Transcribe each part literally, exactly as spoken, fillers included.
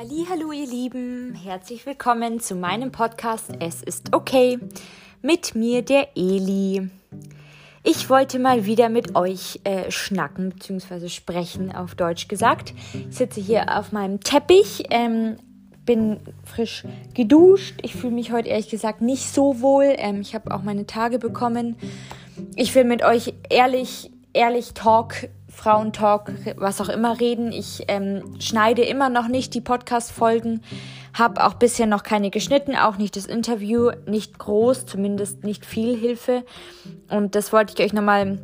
Hallihallo ihr Lieben, herzlich willkommen zu meinem Podcast Es ist okay, mit mir der Eli. Ich wollte mal wieder mit euch äh, schnacken bzw. sprechen, auf Deutsch gesagt. Ich sitze hier auf meinem Teppich, ähm, bin frisch geduscht. Ich fühle mich heute ehrlich gesagt nicht so wohl. Ähm, ich habe auch meine Tage bekommen. Ich will mit euch ehrlich, ehrlich Talk, Frauentalk, was auch immer reden. Ich ähm, schneide immer noch nicht die Podcast-Folgen, habe auch bisher noch keine geschnitten, auch nicht das Interview, nicht groß, zumindest nicht viel Hilfe. Und das wollte ich euch nochmal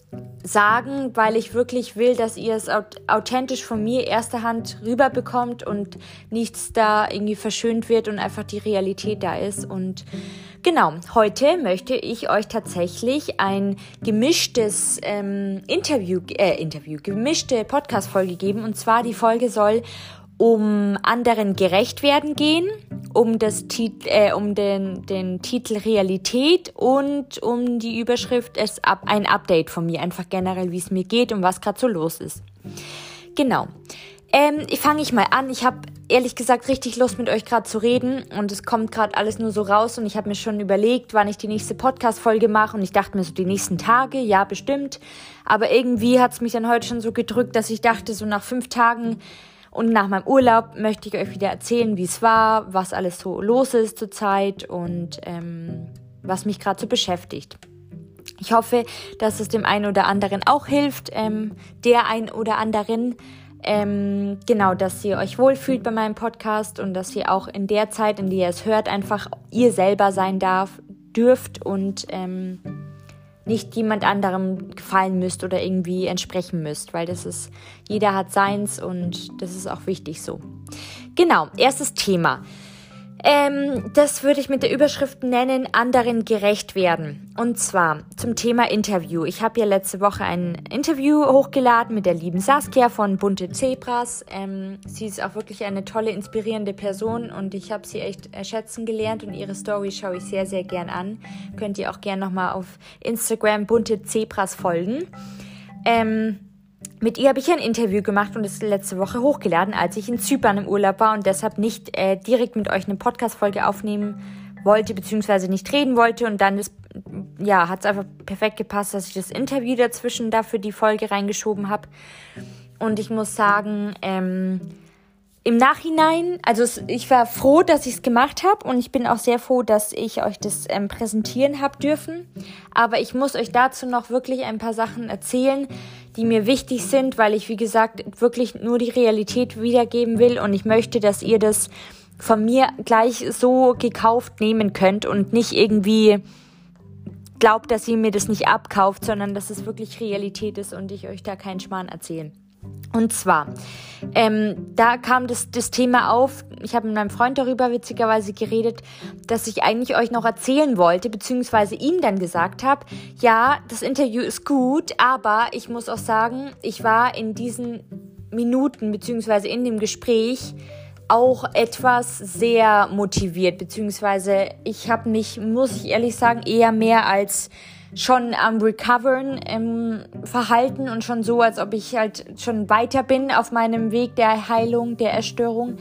sagen, weil ich wirklich will, dass ihr es authentisch von mir erster Hand rüberbekommt und nichts da irgendwie verschönt wird und einfach die Realität da ist. Und genau, heute möchte ich euch tatsächlich ein gemischtes ähm, Interview, äh, Interview, gemischte Podcast-Folge geben. Und zwar die Folge soll um anderen gerecht werden gehen, um das Tit- äh, um den, den Titel Realität und um die Überschrift es ab ein Update von mir, einfach generell, wie es mir geht und was gerade so los ist. Genau. Ähm, ich fange ich mal an. Ich habe ehrlich gesagt richtig Lust, mit euch gerade zu reden und es kommt gerade alles nur so raus und ich habe mir schon überlegt, wann ich die nächste Podcast-Folge mache und ich dachte mir so die nächsten Tage, ja bestimmt, aber irgendwie hat es mich dann heute schon so gedrückt, dass ich dachte, so nach fünf Tagen und nach meinem Urlaub möchte ich euch wieder erzählen, wie es war, was alles so los ist zurzeit und ähm, was mich gerade so beschäftigt. Ich hoffe, dass es dem einen oder anderen auch hilft, ähm, der einen oder anderen, ähm, genau, dass ihr euch wohlfühlt bei meinem Podcast und dass ihr auch in der Zeit, in der ihr es hört, einfach ihr selber sein darf, dürft und ähm, nicht jemand anderem gefallen müsst oder irgendwie entsprechen müsst, weil das ist, jeder hat seins und das ist auch wichtig so. Genau, erstes Thema. Ähm, das würde ich mit der Überschrift nennen, anderen gerecht werden. Und zwar zum Thema Interview. Ich habe ja letzte Woche ein Interview hochgeladen mit der lieben Saskia von Bunte Zebras. Ähm, sie ist auch wirklich eine tolle, inspirierende Person und ich habe sie echt schätzen gelernt und ihre Story schaue ich sehr, sehr gern an. Könnt ihr auch gern nochmal auf Instagram Bunte Zebras folgen. Ähm, Mit ihr habe ich ein Interview gemacht und es letzte Woche hochgeladen, als ich in Zypern im Urlaub war und deshalb nicht äh, direkt mit euch eine Podcast-Folge aufnehmen wollte, beziehungsweise nicht reden wollte. Und dann ist, ja, hat es einfach perfekt gepasst, dass ich das Interview dazwischen dafür die Folge reingeschoben habe. Und ich muss sagen, ähm, im Nachhinein, also es, ich war froh, dass ich es gemacht habe und ich bin auch sehr froh, dass ich euch das ähm, präsentieren habe dürfen. Aber ich muss euch dazu noch wirklich ein paar Sachen erzählen, die mir wichtig sind, weil ich, wie gesagt, wirklich nur die Realität wiedergeben will und ich möchte, dass ihr das von mir gleich so gekauft nehmen könnt und nicht irgendwie glaubt, dass ihr mir das nicht abkauft, sondern dass es wirklich Realität ist und ich euch da keinen Schmarrn erzähle. Und zwar, ähm, da kam das, das Thema auf, ich habe mit meinem Freund darüber witzigerweise geredet, dass ich eigentlich euch noch erzählen wollte, beziehungsweise ihm dann gesagt habe, ja, das Interview ist gut, aber ich muss auch sagen, ich war in diesen Minuten, beziehungsweise in dem Gespräch auch etwas sehr motiviert, beziehungsweise ich habe mich, muss ich ehrlich sagen, eher mehr als schon am Recovern ähm, verhalten und schon so, als ob ich halt schon weiter bin auf meinem Weg der Heilung, der Erstörung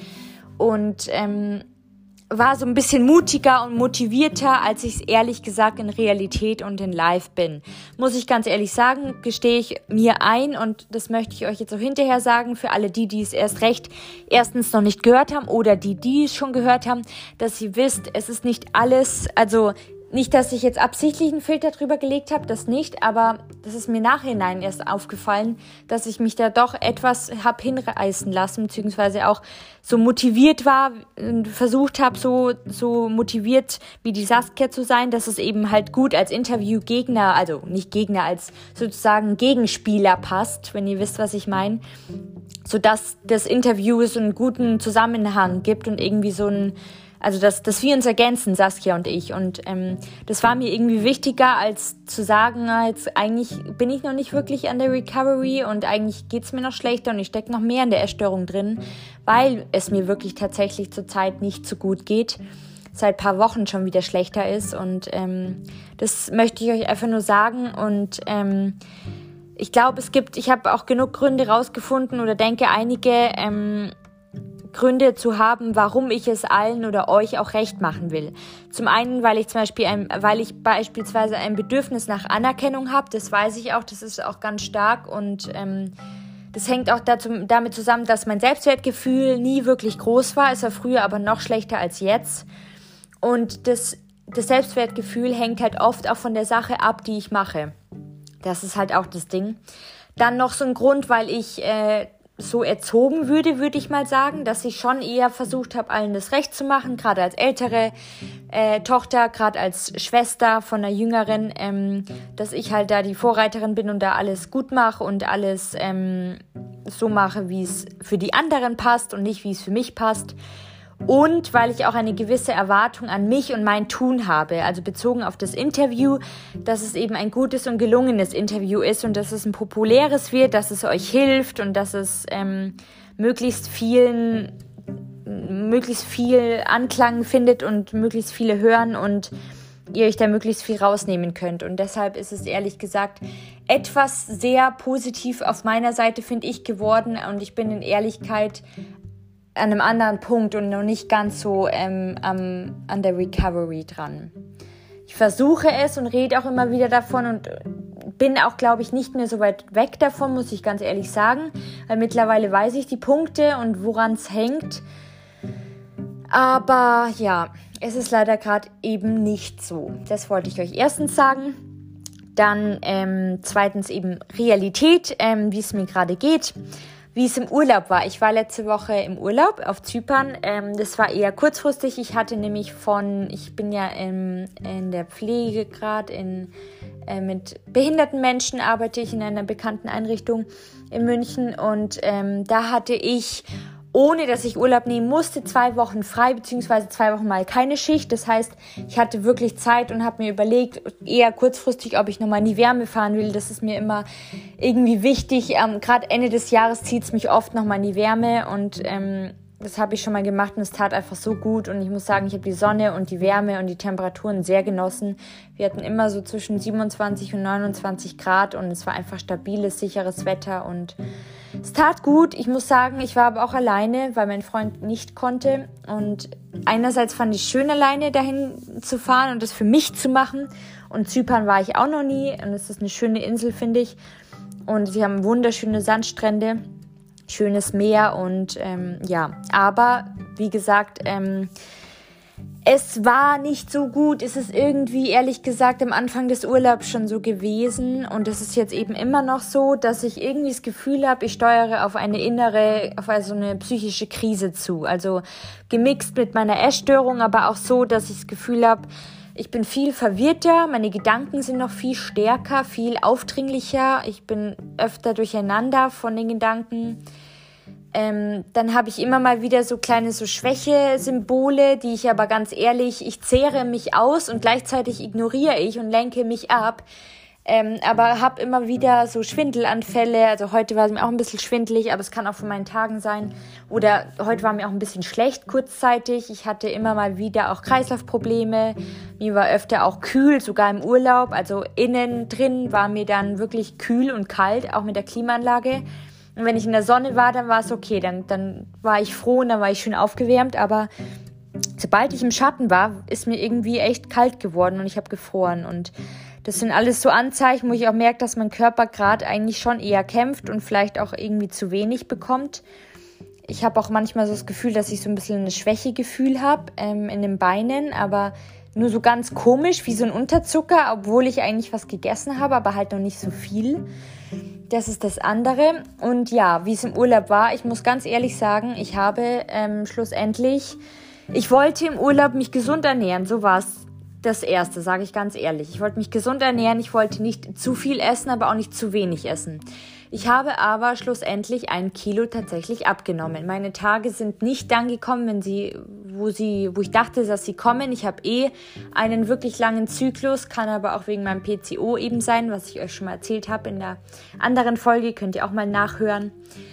und ähm, war so ein bisschen mutiger und motivierter, als ich es ehrlich gesagt in Realität und in Live bin. Muss ich ganz ehrlich sagen, gestehe ich mir ein und das möchte ich euch jetzt auch hinterher sagen, für alle die, die es erst recht erstens noch nicht gehört haben oder die, die es schon gehört haben, dass ihr wisst, es ist nicht alles, also nicht, dass ich jetzt absichtlich einen Filter drüber gelegt habe, das nicht, aber das ist mir nachhinein erst aufgefallen, dass ich mich da doch etwas habe hinreißen lassen, beziehungsweise auch so motiviert war und versucht habe, so, so motiviert wie die Saskia zu sein, dass es eben halt gut als Interviewgegner, also nicht Gegner, als sozusagen Gegenspieler passt, wenn ihr wisst, was ich meine, sodass das Interview so einen guten Zusammenhang gibt und irgendwie so ein Also, dass, dass wir uns ergänzen, Saskia und ich. Und ähm, das war mir irgendwie wichtiger, als zu sagen, jetzt eigentlich bin ich noch nicht wirklich an der Recovery und eigentlich geht's mir noch schlechter und ich stecke noch mehr in der Essstörung drin, weil es mir wirklich tatsächlich zurzeit nicht so gut geht. Seit ein paar Wochen schon wieder schlechter ist. Und ähm, das möchte ich euch einfach nur sagen. Und ähm, ich glaube, es gibt, ich habe auch genug Gründe rausgefunden oder denke einige, ähm, Gründe zu haben, warum ich es allen oder euch auch recht machen will. Zum einen, weil ich zum Beispiel, ein, weil ich beispielsweise ein Bedürfnis nach Anerkennung habe, das weiß ich auch, das ist auch ganz stark und ähm, das hängt auch dazu, damit zusammen, dass mein Selbstwertgefühl nie wirklich groß war, es war früher aber noch schlechter als jetzt und das, das Selbstwertgefühl hängt halt oft auch von der Sache ab, die ich mache. Das ist halt auch das Ding. Dann noch so ein Grund, weil ich äh, so erzogen würde, würde ich mal sagen, dass ich schon eher versucht habe, allen das Recht zu machen, gerade als ältere äh, Tochter, gerade als Schwester von einer Jüngeren, ähm, dass ich halt da die Vorreiterin bin und da alles gut mache und alles ähm, so mache, wie es für die anderen passt und nicht, wie es für mich passt. Und weil ich auch eine gewisse Erwartung an mich und mein Tun habe, also bezogen auf das Interview, dass es eben ein gutes und gelungenes Interview ist und dass es ein populäres wird, dass es euch hilft und dass es ähm, möglichst vielen, möglichst viel Anklang findet und möglichst viele hören und ihr euch da möglichst viel rausnehmen könnt. Und deshalb ist es ehrlich gesagt etwas sehr positiv auf meiner Seite, finde ich, geworden und ich bin in Ehrlichkeit an einem anderen Punkt und noch nicht ganz so ähm, am, an der Recovery dran. Ich versuche es und rede auch immer wieder davon und bin auch, glaube ich, nicht mehr so weit weg davon, muss ich ganz ehrlich sagen, weil mittlerweile weiß ich die Punkte und woran es hängt. Aber ja, es ist leider gerade eben nicht so. Das wollte ich euch erstens sagen. Dann ähm, zweitens eben Realität, ähm, wie es mir gerade geht. Wie es im Urlaub war. Ich war letzte Woche im Urlaub auf Zypern. Ähm, das war eher kurzfristig. Ich hatte nämlich von, ich bin ja in, in der Pflege gerade, in, äh, mit behinderten Menschen arbeite ich in einer bekannten Einrichtung in München und ähm, da hatte ich, ohne dass ich Urlaub nehmen musste, zwei Wochen frei, beziehungsweise zwei Wochen mal keine Schicht. Das heißt, ich hatte wirklich Zeit und habe mir überlegt, eher kurzfristig, ob ich nochmal in die Wärme fahren will. Das ist mir immer irgendwie wichtig. Ähm, Gerade Ende des Jahres zieht es mich oft nochmal in die Wärme und ähm, das habe ich schon mal gemacht und es tat einfach so gut. Und ich muss sagen, ich habe die Sonne und die Wärme und die Temperaturen sehr genossen. Wir hatten immer so zwischen siebenundzwanzig und neunundzwanzig Grad und es war einfach stabiles, sicheres Wetter und es tat gut. Ich muss sagen, ich war aber auch alleine, weil mein Freund nicht konnte. Und einerseits fand ich es schön, alleine dahin zu fahren und das für mich zu machen. Und Zypern war ich auch noch nie. Und es ist eine schöne Insel, finde ich. Und sie haben wunderschöne Sandstrände, schönes Meer. Und ähm, ja, aber wie gesagt, ähm, es war nicht so gut. Es ist irgendwie, ehrlich gesagt, am Anfang des Urlaubs schon so gewesen. Und es ist jetzt eben immer noch so, dass ich irgendwie das Gefühl habe, ich steuere auf eine innere, auf also eine psychische Krise zu. Also gemixt mit meiner Essstörung, aber auch so, dass ich das Gefühl habe, ich bin viel verwirrter, meine Gedanken sind noch viel stärker, viel aufdringlicher. Ich bin öfter durcheinander von den Gedanken. Ähm, dann habe ich immer mal wieder so kleine so Schwächesymbole, die ich aber ganz ehrlich, ich zehre mich aus und gleichzeitig ignoriere ich und lenke mich ab. Ähm, aber habe immer wieder so Schwindelanfälle. Also heute war es mir auch ein bisschen schwindelig, aber es kann auch von meinen Tagen sein. Oder heute war mir auch ein bisschen schlecht kurzzeitig. Ich hatte immer mal wieder auch Kreislaufprobleme. Mir war öfter auch kühl, sogar im Urlaub. Also innen drin war mir dann wirklich kühl und kalt, auch mit der Klimaanlage. Und wenn ich in der Sonne war, dann war es okay. Dann, dann war ich froh und dann war ich schön aufgewärmt. Aber sobald ich im Schatten war, ist mir irgendwie echt kalt geworden und ich habe gefroren. Und das sind alles so Anzeichen, wo ich auch merke, dass mein Körper gerade eigentlich schon eher kämpft und vielleicht auch irgendwie zu wenig bekommt. Ich habe auch manchmal so das Gefühl, dass ich so ein bisschen ein Schwächegefühl habe ähm, in den Beinen, aber nur so ganz komisch, wie so ein Unterzucker, obwohl ich eigentlich was gegessen habe, aber halt noch nicht so viel. Das ist das andere. Und ja, wie es im Urlaub war, ich muss ganz ehrlich sagen, ich habe ähm, schlussendlich, ich wollte im Urlaub mich gesund ernähren, so war es das Erste, sage ich ganz ehrlich. Ich wollte mich gesund ernähren, ich wollte nicht zu viel essen, aber auch nicht zu wenig essen. Ich habe aber schlussendlich ein Kilo tatsächlich abgenommen. Meine Tage sind nicht dann gekommen, wenn sie, wo, sie, wo ich dachte, dass sie kommen. Ich habe eh einen wirklich langen Zyklus, kann aber auch wegen meinem P C O eben sein, was ich euch schon mal erzählt habe in der anderen Folge, könnt ihr auch mal nachhören.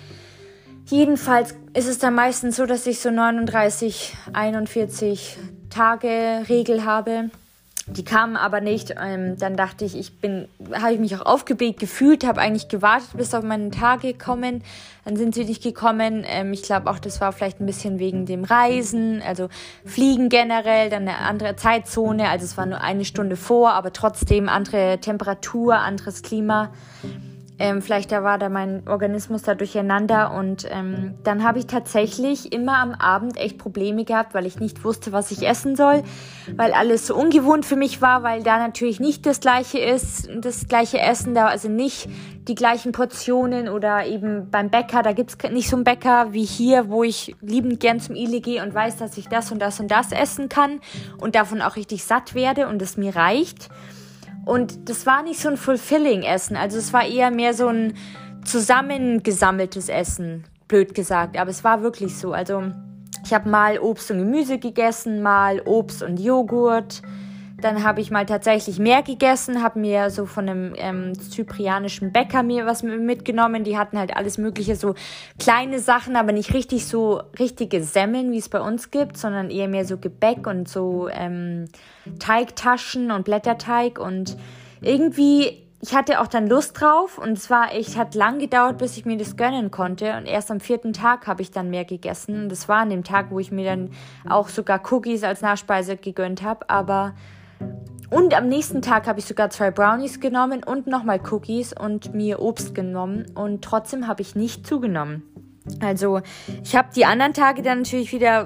Jedenfalls ist es dann meistens so, dass ich so neununddreißig, einundvierzig Tage Regel habe. Die kamen aber nicht. Ähm, dann dachte ich, ich bin, habe ich mich auch aufgebläht gefühlt, habe eigentlich gewartet, bis auf meine Tage kommen. Dann sind sie nicht gekommen. Ähm, ich glaube auch, das war vielleicht ein bisschen wegen dem Reisen, also Fliegen generell, dann eine andere Zeitzone. Also es war nur eine Stunde vor, aber trotzdem andere Temperatur, anderes Klima. Ähm, vielleicht da war da mein Organismus da durcheinander und ähm, dann habe ich tatsächlich immer am Abend echt Probleme gehabt, weil ich nicht wusste, was ich essen soll, weil alles so ungewohnt für mich war, weil da natürlich nicht das gleiche ist, das gleiche Essen, da also nicht die gleichen Portionen oder eben beim Bäcker, da gibt's nicht so einen Bäcker wie hier, wo ich liebend gern zum Ile gehe und weiß, dass ich das und das und das essen kann und davon auch richtig satt werde und es mir reicht. Und das war nicht so ein fulfilling Essen, also es war eher mehr so ein zusammengesammeltes Essen, blöd gesagt, aber es war wirklich so. Also ich habe mal Obst und Gemüse gegessen, mal Obst und Joghurt, dann habe ich mal tatsächlich mehr gegessen, habe mir so von einem ähm, zyprianischen Bäcker mir was mitgenommen, die hatten halt alles mögliche, so kleine Sachen, aber nicht richtig so richtige Semmeln, wie es bei uns gibt, sondern eher mehr so Gebäck und so ähm, Teigtaschen und Blätterteig und irgendwie, ich hatte auch dann Lust drauf und es war echt, hat lang gedauert, bis ich mir das gönnen konnte und erst am vierten Tag habe ich dann mehr gegessen und das war an dem Tag, wo ich mir dann auch sogar Cookies als Nachspeise gegönnt habe, aber und am nächsten Tag habe ich sogar zwei Brownies genommen und nochmal Cookies und mir Obst genommen und trotzdem habe ich nicht zugenommen. Also ich habe die anderen Tage dann natürlich wieder,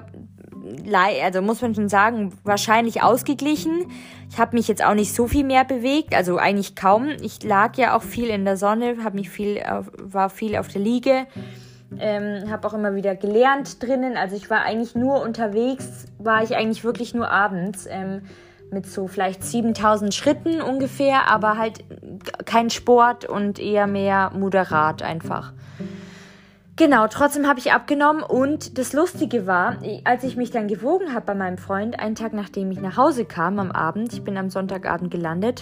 also muss man schon sagen, wahrscheinlich ausgeglichen. Ich habe mich jetzt auch nicht so viel mehr bewegt, also eigentlich kaum. Ich lag ja auch viel in der Sonne, habe mich viel, war viel auf der Liege. Ähm, habe auch immer wieder gelernt drinnen. Also ich war eigentlich nur unterwegs, war ich eigentlich wirklich nur abends. Ähm, mit so vielleicht siebentausend Schritten ungefähr, aber halt kein Sport und eher mehr moderat einfach. Genau, trotzdem habe ich abgenommen und das Lustige war, als ich mich dann gewogen habe bei meinem Freund, einen Tag nachdem ich nach Hause kam am Abend, ich bin am Sonntagabend gelandet,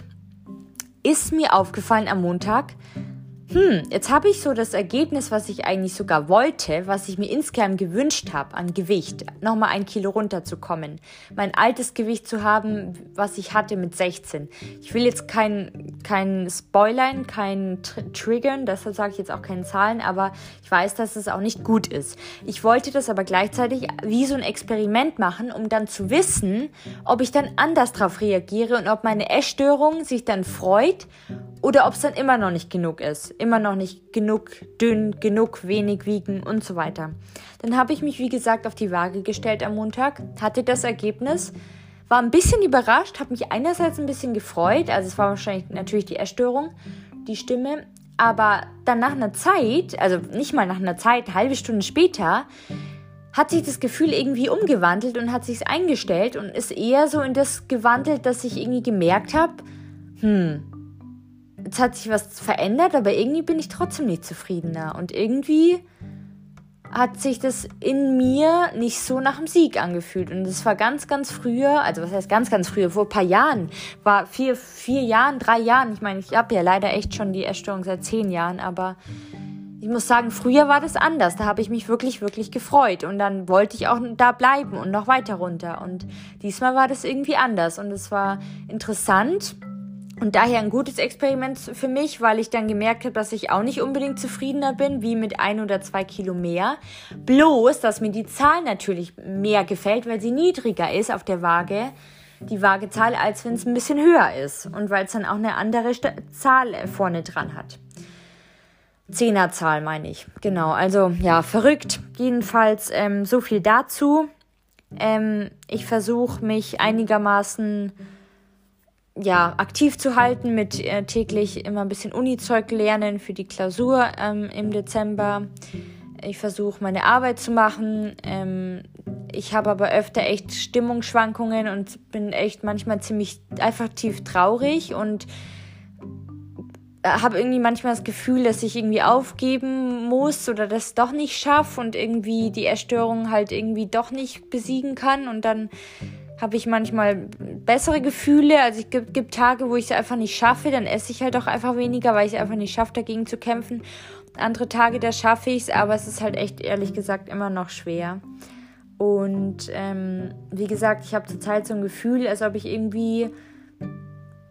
ist mir aufgefallen am Montag, hm, jetzt habe ich so das Ergebnis, was ich eigentlich sogar wollte, was ich mir insgeheim gewünscht habe an Gewicht, nochmal ein Kilo runterzukommen, mein altes Gewicht zu haben, was ich hatte mit sechzehn. Ich will jetzt kein, kein Spoilern, kein Tr- Triggern, deshalb sage ich jetzt auch keine Zahlen, aber ich weiß, dass es auch nicht gut ist. Ich wollte das aber gleichzeitig wie so ein Experiment machen, um dann zu wissen, ob ich dann anders drauf reagiere und ob meine Essstörung sich dann freut oder ob es dann immer noch nicht genug ist. Immer noch nicht genug dünn, genug wenig wiegen und so weiter. Dann habe ich mich, wie gesagt, auf die Waage gestellt am Montag, hatte das Ergebnis, war ein bisschen überrascht, habe mich einerseits ein bisschen gefreut, also es war wahrscheinlich natürlich die Essstörung, die Stimme, aber dann nach einer Zeit, also nicht mal nach einer Zeit, eine halbe Stunde später, hat sich das Gefühl irgendwie umgewandelt und hat sich eingestellt und ist eher so in das gewandelt, dass ich irgendwie gemerkt habe, hm, jetzt hat sich was verändert, aber irgendwie bin ich trotzdem nicht zufriedener. Und irgendwie hat sich das in mir nicht so nach dem Sieg angefühlt. Und das war ganz, ganz früher, also was heißt ganz, ganz früher, vor ein paar Jahren, war vier, vier Jahren, drei Jahren. Ich meine, ich habe ja leider echt schon die Essstörung seit zehn Jahren, aber ich muss sagen, früher war das anders. Da habe ich mich wirklich, wirklich gefreut. Und dann wollte ich auch da bleiben und noch weiter runter. Und diesmal war das irgendwie anders. Und es war interessant. Und daher ein gutes Experiment für mich, weil ich dann gemerkt habe, dass ich auch nicht unbedingt zufriedener bin, wie mit ein oder zwei Kilo mehr. Bloß, dass mir die Zahl natürlich mehr gefällt, weil sie niedriger ist auf der Waage, die Waagezahl, als wenn es ein bisschen höher ist. Und weil es dann auch eine andere St- Zahl vorne dran hat. Zehnerzahl meine ich. Genau, also ja, verrückt. Jedenfalls ähm, so viel dazu. Ähm, ich versuche mich einigermaßen ja, aktiv zu halten mit äh, täglich immer ein bisschen Uni-Zeug lernen für die Klausur ähm, im Dezember. Ich versuche meine Arbeit zu machen. Ähm, ich habe aber öfter echt Stimmungsschwankungen und bin echt manchmal ziemlich einfach tief traurig und habe irgendwie manchmal das Gefühl, dass ich irgendwie aufgeben muss oder das doch nicht schaffe und irgendwie die Essstörung halt irgendwie doch nicht besiegen kann und dann habe ich manchmal bessere Gefühle. Also es gibt, gibt Tage, wo ich es einfach nicht schaffe, dann esse ich halt auch einfach weniger, weil ich es einfach nicht schaffe, dagegen zu kämpfen. Andere Tage, da schaffe ich es, aber es ist halt echt, ehrlich gesagt, immer noch schwer. Und ähm, wie gesagt, ich habe zurzeit so ein Gefühl, als ob ich irgendwie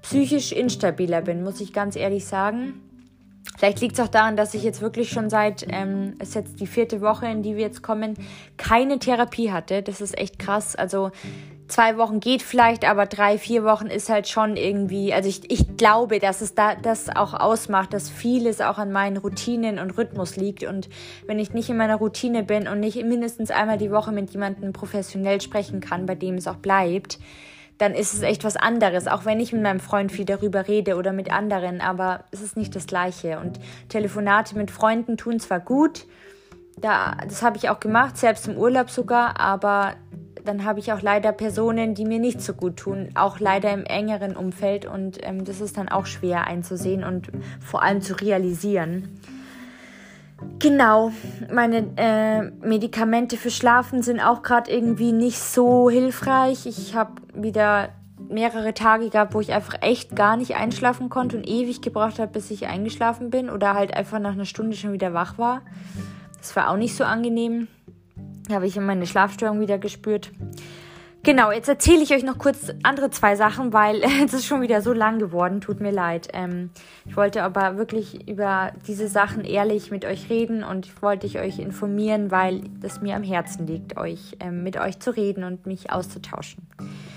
psychisch instabiler bin, muss ich ganz ehrlich sagen. Vielleicht liegt es auch daran, dass ich jetzt wirklich schon seit, ähm, es ist jetzt die vierte Woche, in die wir jetzt kommen, keine Therapie hatte. Das ist echt krass. Also zwei Wochen geht vielleicht, aber drei, vier Wochen ist halt schon irgendwie, also ich, ich glaube, dass es da das auch ausmacht, dass vieles auch an meinen Routinen und Rhythmus liegt. Und wenn ich nicht in meiner Routine bin und nicht mindestens einmal die Woche mit jemandem professionell sprechen kann, bei dem es auch bleibt, dann ist es echt was anderes, auch wenn ich mit meinem Freund viel darüber rede oder mit anderen, aber es ist nicht das Gleiche. Und Telefonate mit Freunden tun zwar gut, da, das habe ich auch gemacht, selbst im Urlaub sogar, aber dann habe ich auch leider Personen, die mir nicht so gut tun, auch leider im engeren Umfeld, und ähm, das ist dann auch schwer einzusehen und vor allem zu realisieren. Genau, meine äh, Medikamente für Schlafen sind auch gerade irgendwie nicht so hilfreich. Ich habe wieder mehrere Tage gehabt, wo ich einfach echt gar nicht einschlafen konnte und ewig gebraucht habe, bis ich eingeschlafen bin oder halt einfach nach einer Stunde schon wieder wach war. Das war auch nicht so angenehm. Da habe ich meine Schlafstörung wieder gespürt. Genau, jetzt erzähle ich euch noch kurz andere zwei Sachen, weil es ist schon wieder so lang geworden, tut mir leid. Ähm, ich wollte aber wirklich über diese Sachen ehrlich mit euch reden und ich wollte ich euch informieren, weil das mir am Herzen liegt, euch ähm, mit euch zu reden und mich auszutauschen.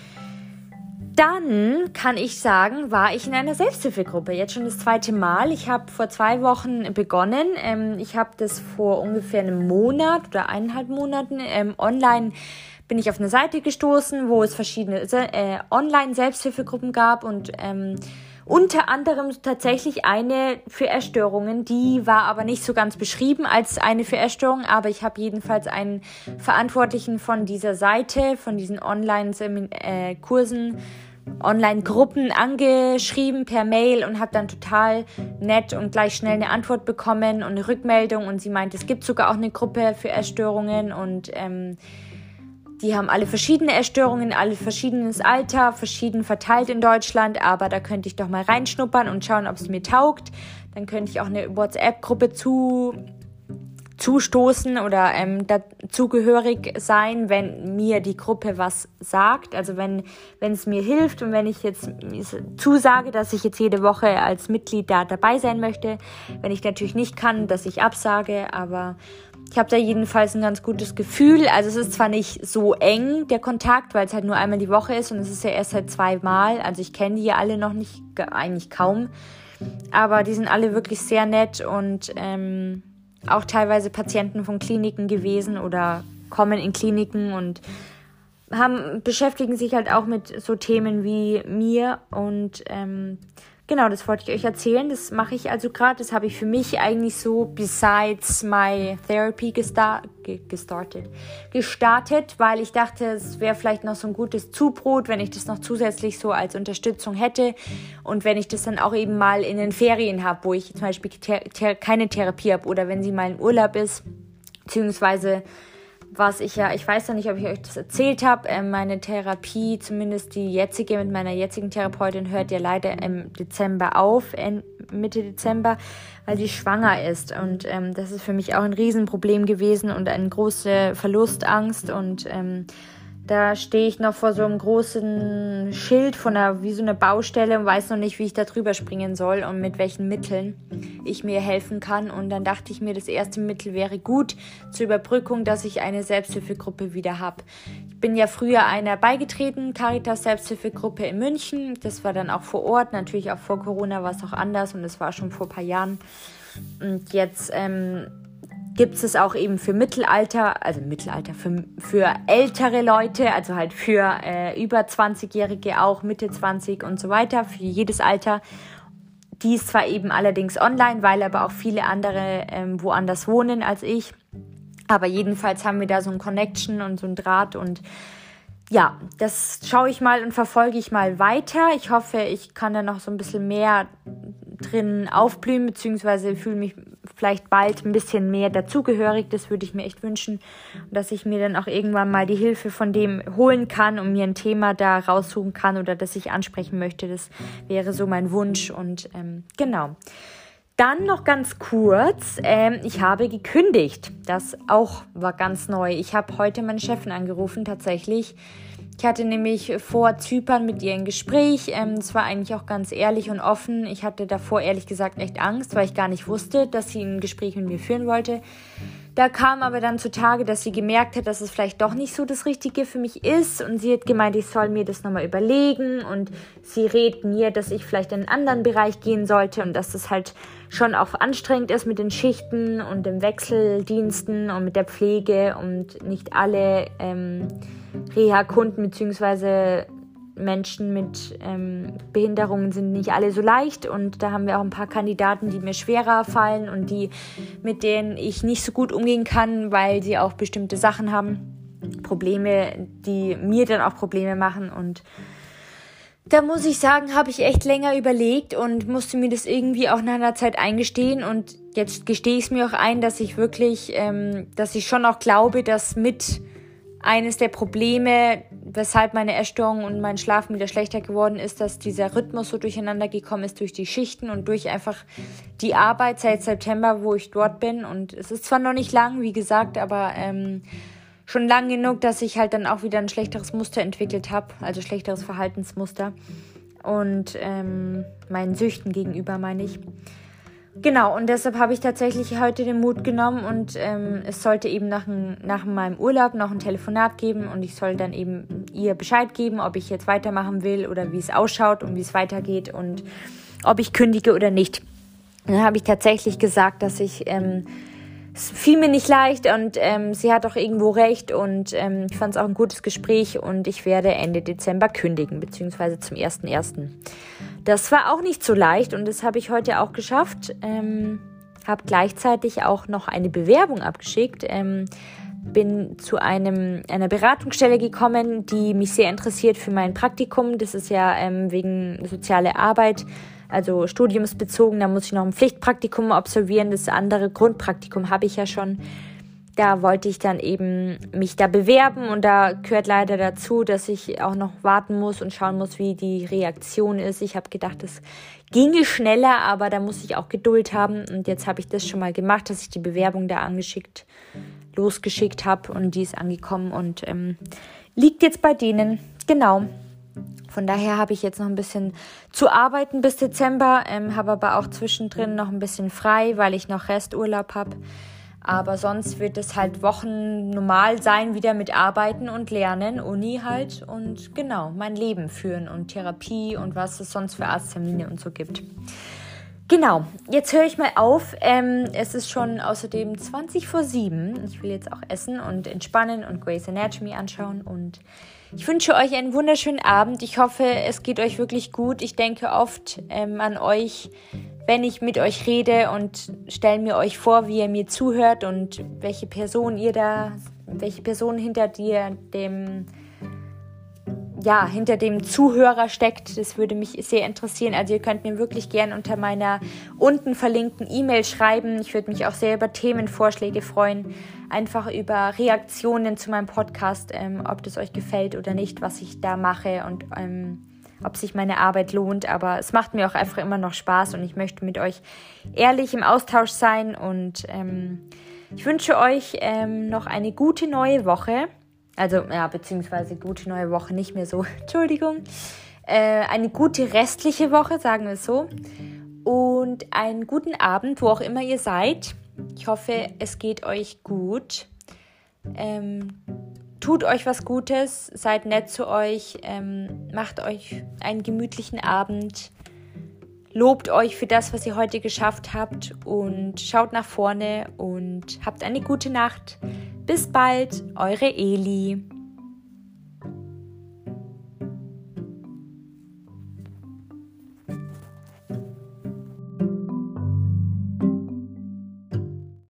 Dann kann ich sagen, war ich in einer Selbsthilfegruppe, jetzt schon das zweite Mal. Ich habe vor zwei Wochen begonnen. Ähm, ich habe das vor ungefähr einem Monat oder eineinhalb Monaten ähm, online bin ich auf eine Seite gestoßen, wo es verschiedene äh, Online-Selbsthilfegruppen gab und ähm, unter anderem tatsächlich eine für Essstörungen. Die war aber nicht so ganz beschrieben als eine für Essstörungen, aber ich habe jedenfalls einen Verantwortlichen von dieser Seite, von diesen Online-Kursen, Online-Gruppen angeschrieben per Mail und habe dann total nett und gleich schnell eine Antwort bekommen und eine Rückmeldung, und sie meint, es gibt sogar auch eine Gruppe für Essstörungen und ähm, die haben alle verschiedene Essstörungen, alle verschiedenes Alter, verschieden verteilt in Deutschland, aber da könnte ich doch mal reinschnuppern und schauen, ob es mir taugt. Dann könnte ich auch eine WhatsApp-Gruppe zu, zustoßen oder ähm, dazugehörig sein, wenn mir die Gruppe was sagt. Also wenn wenn es mir hilft und wenn ich jetzt zusage, dass ich jetzt jede Woche als Mitglied da dabei sein möchte. Wenn ich natürlich nicht kann, dass ich absage, aber ich habe da jedenfalls ein ganz gutes Gefühl. Also es ist zwar nicht so eng, der Kontakt, weil es halt nur einmal die Woche ist und es ist ja erst seit zweimal. Also ich kenne die ja alle noch nicht, eigentlich kaum. Aber die sind alle wirklich sehr nett und ähm, auch teilweise Patienten von Kliniken gewesen oder kommen in Kliniken und haben, beschäftigen sich halt auch mit so Themen wie mir und ähm, genau, das wollte ich euch erzählen. Das mache ich also gerade. Das habe ich für mich eigentlich so besides my therapy gesta- ge- gestartet, gestartet, weil ich dachte, es wäre vielleicht noch so ein gutes Zubrot, wenn ich das noch zusätzlich so als Unterstützung hätte und wenn ich das dann auch eben mal in den Ferien habe, wo ich zum Beispiel ter- ter- keine Therapie habe oder wenn sie mal in Urlaub ist, beziehungsweise was ich ja, ich weiß ja nicht, ob ich euch das erzählt habe, äh, meine Therapie, zumindest die jetzige mit meiner jetzigen Therapeutin, hört ja leider im Dezember auf, äh, Mitte Dezember, weil sie schwanger ist und ähm, das ist für mich auch ein Riesenproblem gewesen und eine große Verlustangst und ähm, da stehe ich noch vor so einem großen Schild von einer, wie so eine Baustelle und weiß noch nicht, wie ich da drüber springen soll und mit welchen Mitteln ich mir helfen kann. Und dann dachte ich mir, das erste Mittel wäre gut zur Überbrückung, dass ich eine Selbsthilfegruppe wieder habe. Ich bin ja früher einer beigetreten, Caritas Selbsthilfegruppe in München. Das war dann auch vor Ort, natürlich auch vor Corona war es auch anders und das war schon vor ein paar Jahren. Und jetzt ähm, gibt es auch eben für Mittelalter, also Mittelalter, für, für ältere Leute, also halt für äh, über zwanzigjährige auch, Mitte zwanzig und so weiter, für jedes Alter. Die ist zwar eben allerdings online, weil aber auch viele andere ähm, woanders wohnen als ich. Aber jedenfalls haben wir da so ein Connection und so ein Draht und ja, das schaue ich mal und verfolge ich mal weiter. Ich hoffe, ich kann da noch so ein bisschen mehr drin aufblühen, beziehungsweise fühle mich vielleicht bald ein bisschen mehr dazugehörig. Das würde ich mir echt wünschen, dass ich mir dann auch irgendwann mal die Hilfe von dem holen kann und mir ein Thema da raussuchen kann oder das ich ansprechen möchte. Das wäre so mein Wunsch und ähm, genau. Dann noch ganz kurz, ähm, ich habe gekündigt. Das auch war ganz neu. Ich habe heute meine Chefin angerufen tatsächlich Ich hatte nämlich vor Zypern mit ihr ein Gespräch. Es war eigentlich auch ganz ehrlich und offen. Ich hatte davor ehrlich gesagt echt Angst, weil ich gar nicht wusste, dass sie ein Gespräch mit mir führen wollte. Da kam aber dann zutage, dass sie gemerkt hat, dass es vielleicht doch nicht so das Richtige für mich ist. Und sie hat gemeint, ich soll mir das nochmal überlegen. Und sie rät mir, dass ich vielleicht in einen anderen Bereich gehen sollte. Und dass das halt schon auch anstrengend ist mit den Schichten und den Wechseldiensten und mit der Pflege. Und nicht alle ähm, Reha-Kunden bzw. Menschen mit ähm, Behinderungen sind nicht alle so leicht und da haben wir auch ein paar Kandidaten, die mir schwerer fallen und die, mit denen ich nicht so gut umgehen kann, weil sie auch bestimmte Sachen haben, Probleme, die mir dann auch Probleme machen. Und da muss ich sagen, habe ich echt länger überlegt und musste mir das irgendwie auch nach einer Zeit eingestehen. Und jetzt gestehe ich es mir auch ein, dass ich wirklich, ähm, dass ich schon auch glaube, dass mit eines der Probleme, weshalb meine Essstörung und mein Schlafen wieder schlechter geworden ist, dass dieser Rhythmus so durcheinander gekommen ist durch die Schichten und durch einfach die Arbeit seit September, wo ich dort bin. Und es ist zwar noch nicht lang, wie gesagt, aber ähm, schon lang genug, dass ich halt dann auch wieder ein schlechteres Muster entwickelt habe, also schlechteres Verhaltensmuster und ähm, meinen Süchten gegenüber, meine ich. Genau, und deshalb habe ich tatsächlich heute den Mut genommen und ähm, es sollte eben nach, nach meinem Urlaub noch ein Telefonat geben und ich soll dann eben ihr Bescheid geben, ob ich jetzt weitermachen will oder wie es ausschaut und wie es weitergeht und ob ich kündige oder nicht. Und dann habe ich tatsächlich gesagt, dass ich, ähm, es fiel mir nicht leicht und ähm, sie hat auch irgendwo recht und ähm, ich fand es auch ein gutes Gespräch und ich werde Ende Dezember kündigen, beziehungsweise zum ersten ersten Das war auch nicht so leicht und das habe ich heute auch geschafft. Ähm, habe gleichzeitig auch noch eine Bewerbung abgeschickt. Ähm, bin zu einem einer Beratungsstelle gekommen, die mich sehr interessiert für mein Praktikum. Das ist ja ähm, wegen soziale Arbeit, also studiumsbezogen. Da muss ich noch ein Pflichtpraktikum absolvieren. Das andere Grundpraktikum habe ich ja schon. Da wollte ich dann eben mich da bewerben und da gehört leider dazu, dass ich auch noch warten muss und schauen muss, wie die Reaktion ist. Ich habe gedacht, es ginge schneller, aber da muss ich auch Geduld haben. Und jetzt habe ich das schon mal gemacht, dass ich die Bewerbung da angeschickt, losgeschickt habe und die ist angekommen und ähm, liegt jetzt bei denen. Genau. Von daher habe ich jetzt noch ein bisschen zu arbeiten bis Dezember, ähm, habe aber auch zwischendrin noch ein bisschen frei, weil ich noch Resturlaub habe. Aber sonst wird es halt Wochen normal sein, wieder mit Arbeiten und Lernen, Uni halt und genau, mein Leben führen und Therapie und was es sonst für Arzttermine und so gibt. Genau, jetzt höre ich mal auf. Ähm, es ist schon außerdem zwanzig vor sieben. Ich will jetzt auch essen und entspannen und Grey's Anatomy anschauen und ich wünsche euch einen wunderschönen Abend. Ich hoffe, es geht euch wirklich gut. Ich denke oft ähm, an euch, wenn ich mit euch rede und stelle mir euch vor, wie ihr mir zuhört und welche Person ihr da, welche Person hinter dir, dem, ja, hinter dem Zuhörer steckt. Das würde mich sehr interessieren. Also ihr könnt mir wirklich gern unter meiner unten verlinkten E-Mail schreiben. Ich würde mich auch sehr über Themenvorschläge freuen. Einfach über Reaktionen zu meinem Podcast, ähm, ob das euch gefällt oder nicht, was ich da mache und ähm, ob sich meine Arbeit lohnt. Aber es macht mir auch einfach immer noch Spaß und ich möchte mit euch ehrlich im Austausch sein. Und ähm, ich wünsche euch ähm, noch eine gute neue Woche. Also, ja, beziehungsweise gute neue Woche, nicht mehr so. Entschuldigung. Äh, eine gute restliche Woche, sagen wir es so. Und einen guten Abend, wo auch immer ihr seid. Ich hoffe, es geht euch gut. Ähm, tut euch was Gutes, seid nett zu euch, ähm, macht euch einen gemütlichen Abend, lobt euch für das, was ihr heute geschafft habt und schaut nach vorne und habt eine gute Nacht. Bis bald, eure Eli.